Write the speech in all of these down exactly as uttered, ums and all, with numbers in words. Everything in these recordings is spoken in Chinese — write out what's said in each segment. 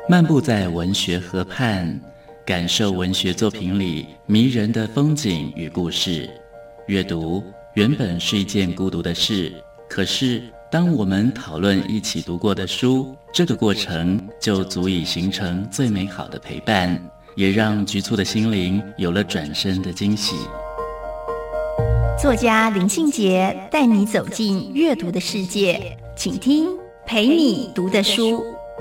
漫步在文学河畔，感受文学作品里迷人的风景与故事。阅读原本是一件孤独的事，可是当我们讨论一起读过的书，这个过程就足以形成最美好的陪伴，也让局促的心灵有了转身的惊喜。 作家林信杰带你走进阅读的世界，请听陪你读的书。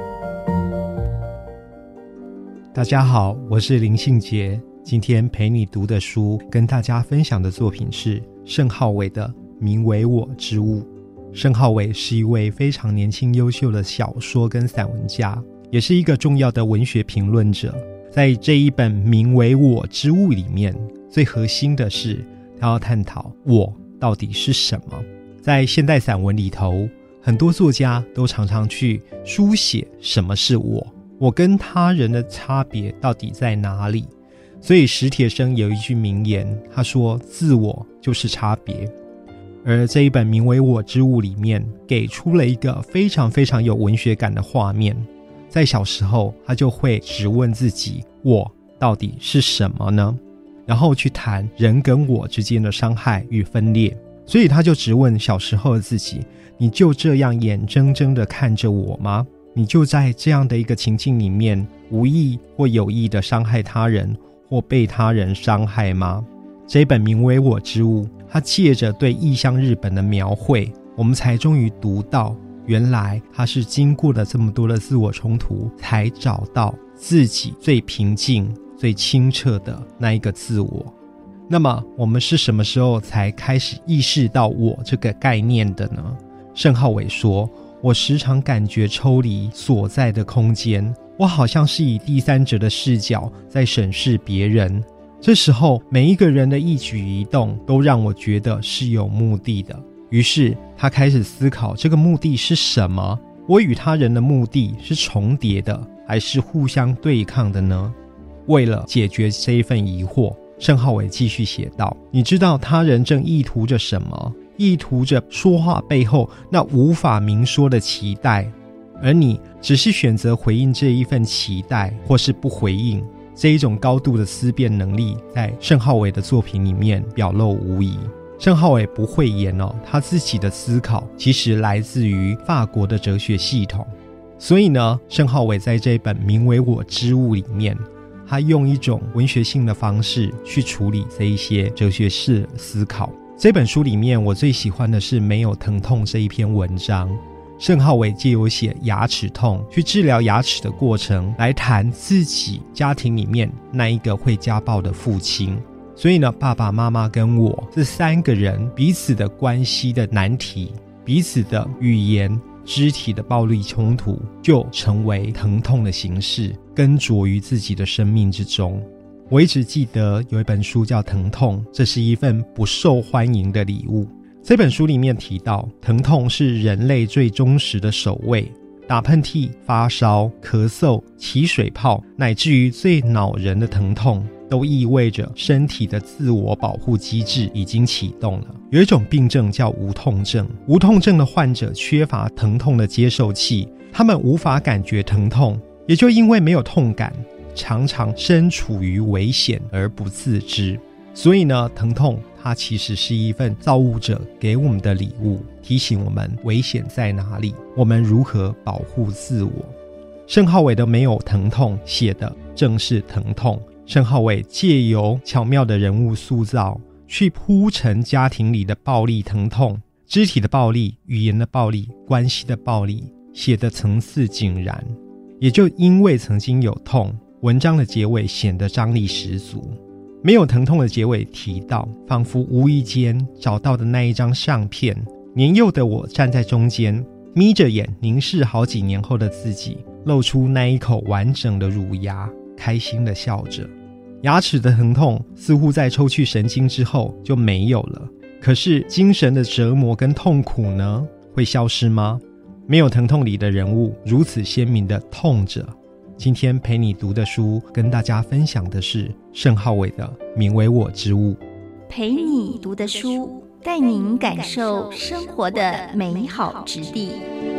大家好，我是林信杰，今天陪你读的书跟大家分享的作品是盛浩伟的《名为我之物》。盛浩伟是一位非常年轻优秀的小说跟散文家，也是一个重要的文学评论者。在这一本《名为我之物》里面，最核心的是他要探讨我到底是什么。在现代散文里头，很多作家都常常去书写什么是我，我跟他人的差别到底在哪里。所以史铁生有一句名言，他说自我就是差别。而这一本《名为我之物》里面给出了一个非常非常有文学感的画面。在小时候他就会质问自己，我到底是什么呢？然后去谈人跟我之间的伤害与分裂。所以他就质问小时候的自己，你就这样眼睁睁地看着我吗？你就在这样的一个情境里面无意或有意地伤害他人或被他人伤害吗？这本名为我之物，它借着对异乡日本的描绘，我们才终于读到原来它是经过了这么多的自我冲突，才找到自己最平静最清澈的那一个自我。那么我们是什么时候才开始意识到我这个概念的呢？盛浩伟说，我时常感觉抽离所在的空间，我好像是以第三者的视角在审视别人。这时候每一个人的一举一动都让我觉得是有目的的。于是他开始思考这个目的是什么，我与他人的目的是重叠的还是互相对抗的呢？为了解决这一份疑惑，盛浩伟继续写道，你知道他人正意图着什么？意图着说话背后那无法明说的期待，而你只是选择回应这一份期待，或是不回应。这一种高度的思辨能力在盛浩伟的作品里面表露无遗。盛浩伟不讳言哦，他自己的思考其实来自于法国的哲学系统。所以呢，盛浩伟在这本《名为我之物》里面，他用一种文学性的方式去处理这一些哲学式的思考。这本书里面我最喜欢的是没有疼痛这一篇文章。盛浩伟借由写牙齿痛去治疗牙齿的过程，来谈自己家庭里面那一个会家暴的父亲。所以呢，爸爸妈妈跟我这三个人彼此的关系的难题，彼此的语言肢体的暴力冲突，就成为疼痛的形式，根着于自己的生命之中。我一直记得有一本书叫《疼痛》，这是一份不受欢迎的礼物。这本书里面提到，疼痛是人类最忠实的守卫，打喷嚏、发烧、咳嗽、起水泡，乃至于最恼人的疼痛，都意味着身体的自我保护机制已经启动了。有一种病症叫无痛症，无痛症的患者缺乏疼痛的接受器，他们无法感觉疼痛，也就因为没有痛感，常常身处于危险而不自知。所以呢，疼痛它其实是一份造物者给我们的礼物，提醒我们危险在哪里，我们如何保护自我。盛浩伟的没有疼痛写的正是疼痛。盛浩伟借由巧妙的人物塑造，去铺陈家庭里的暴力疼痛，肢体的暴力、语言的暴力、关系的暴力，写的层次井然。也就因为曾经有痛，文章的结尾显得张力十足。没有疼痛的结尾提到，仿佛无意间找到的那一张相片，年幼的我站在中间，眯着眼凝视好几年后的自己，露出那一口完整的乳牙，开心地笑着。牙齿的疼痛似乎在抽去神经之后就没有了，可是精神的折磨跟痛苦呢，会消失吗？没有疼痛里的人物如此鲜明地痛着。今天陪你读的书，跟大家分享的是盛浩伟的《名为我之物》。 陪你读的书，带您感受生活的美好质地。